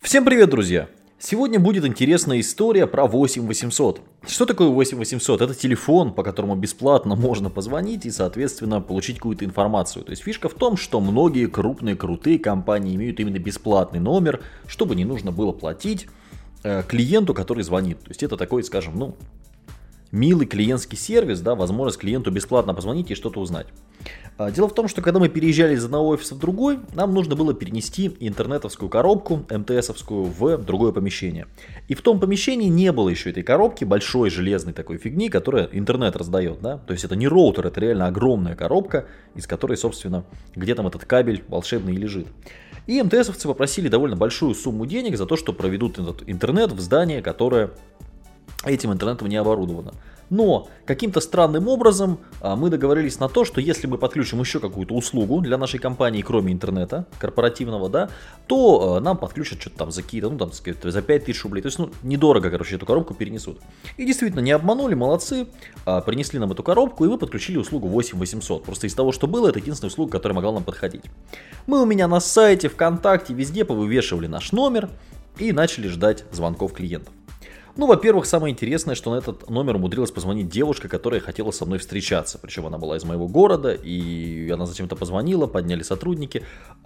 Всем привет, друзья! Сегодня будет интересная история про 8800. Что такое 8800? Это телефон, по которому бесплатно можно позвонить и, соответственно, получить какую-то информацию. То есть фишка в том, что многие крупные, крутые компании имеют именно бесплатный номер, чтобы не нужно было платить клиенту, который звонит. То есть это такой, скажем, милый клиентский сервис, да, возможность клиенту бесплатно позвонить и что-то узнать. Дело в том, что когда мы переезжали из одного офиса в другой, нам нужно было перенести интернетовскую коробку, МТСовскую, в другое помещение. И в том помещении не было еще этой коробки, большой железной такой фигни, которая интернет раздает. Да? То есть это не роутер, это реально огромная коробка, из которой, собственно, где там этот кабель волшебный и лежит. И МТСовцы попросили довольно большую сумму денег за то, что проведут этот интернет в здание, которое этим интернетом не оборудовано. Но каким-то странным образом мы договорились на то, что если мы подключим еще какую-то услугу для нашей компании, кроме интернета корпоративного, да, то нам подключат что-то там за какие-то, за 5000 рублей. То есть, недорого, эту коробку перенесут. И действительно, не обманули, молодцы, принесли нам эту коробку, и мы подключили услугу 8800. Просто из того, что было, это единственная услуга, которая могла нам подходить. Мы у меня на сайте, ВКонтакте, везде повывешивали наш номер и начали ждать звонков клиентов. Во-первых, самое интересное, что на этот номер умудрилась позвонить девушка, которая хотела со мной встречаться. Причем она была из моего города, и она зачем-то позвонила, подняли сотрудники.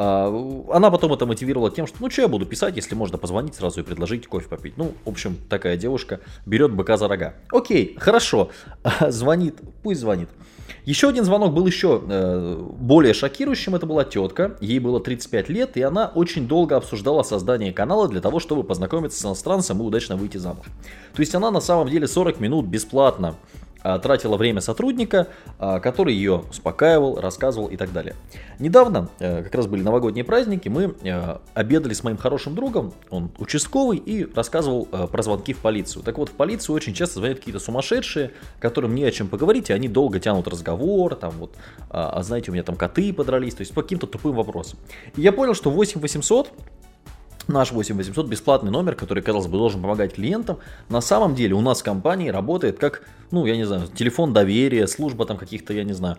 Она потом это мотивировала тем, что что я буду писать, если можно позвонить сразу и предложить кофе попить. В общем, такая девушка берет быка за рога. Окей, хорошо, звонит, пусть звонит. Еще один звонок был еще более шокирующим, это была тетка, ей было 35 лет, и она очень долго обсуждала создание канала для того, чтобы познакомиться с иностранцем и удачно выйти замуж. То есть она на самом деле 40 минут бесплатно тратила время сотрудника, который ее успокаивал, рассказывал и так далее. Недавно, как раз были новогодние праздники, мы обедали с моим хорошим другом, он участковый, и рассказывал про звонки в полицию. Так вот, в полицию очень часто звонят какие-то сумасшедшие, которым не о чем поговорить, и они долго тянут разговор, знаете, у меня там коты подрались, то есть по каким-то тупым вопросам. И я понял, что 8800... Наш 8800 бесплатный номер, который, казалось бы, должен помогать клиентам, на самом деле у нас в компании работает как, телефон доверия, служба каких-то,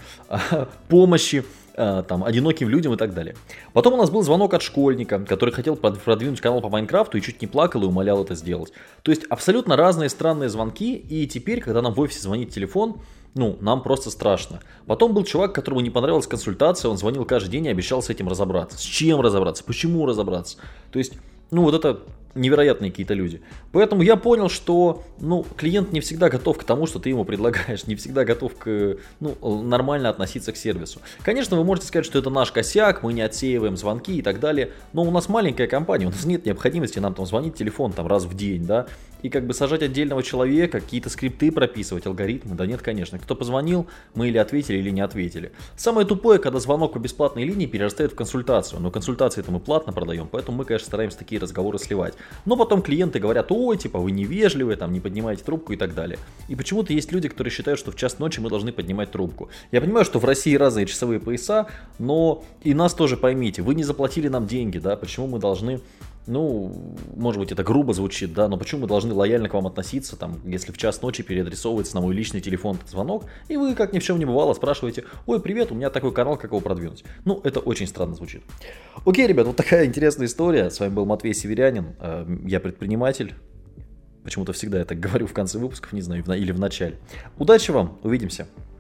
помощи одиноким людям и так далее. Потом у нас был звонок от школьника, который хотел продвинуть канал по Майнкрафту и чуть не плакал и умолял это сделать. То есть абсолютно разные странные звонки, и теперь, когда нам в офисе звонит телефон, нам просто страшно. Потом был чувак, которому не понравилась консультация, он звонил каждый день и обещал с этим разобраться. С чем разобраться? Почему разобраться? То есть, это невероятные какие-то люди. Поэтому я понял, что, клиент не всегда готов к тому, что ты ему предлагаешь, не всегда готов к, нормально относиться к сервису. Конечно, вы можете сказать, что это наш косяк, мы не отсеиваем звонки и так далее, но у нас маленькая компания, у нас нет необходимости нам звонить телефон раз в день, да, и сажать отдельного человека, какие-то скрипты прописывать, алгоритмы, да нет, конечно. Кто позвонил, мы или ответили, или не ответили. Самое тупое, когда звонок по бесплатной линии перерастает в консультацию, но консультации-то мы платно продаем, поэтому мы, конечно, стараемся такие разговоры сливать. Но потом клиенты говорят, вы невежливые, не поднимаете трубку и так далее. И почему-то есть люди, которые считают, что в час ночи мы должны поднимать трубку. Я понимаю, что в России разные часовые пояса, но и нас тоже поймите, вы не заплатили нам деньги, да, почему мы должны... может быть, это грубо звучит, да, но почему мы должны лояльно к вам относиться, если в час ночи переадресовывается на мой личный телефон этот звонок, и вы, как ни в чем не бывало, спрашиваете, ой, привет, у меня такой канал, как его продвинуть? Это очень странно звучит. Окей, ребят, вот такая интересная история. С вами был Матвей Северянин, я предприниматель. Почему-то всегда я так говорю в конце выпусков, не знаю, или в начале. Удачи вам, увидимся.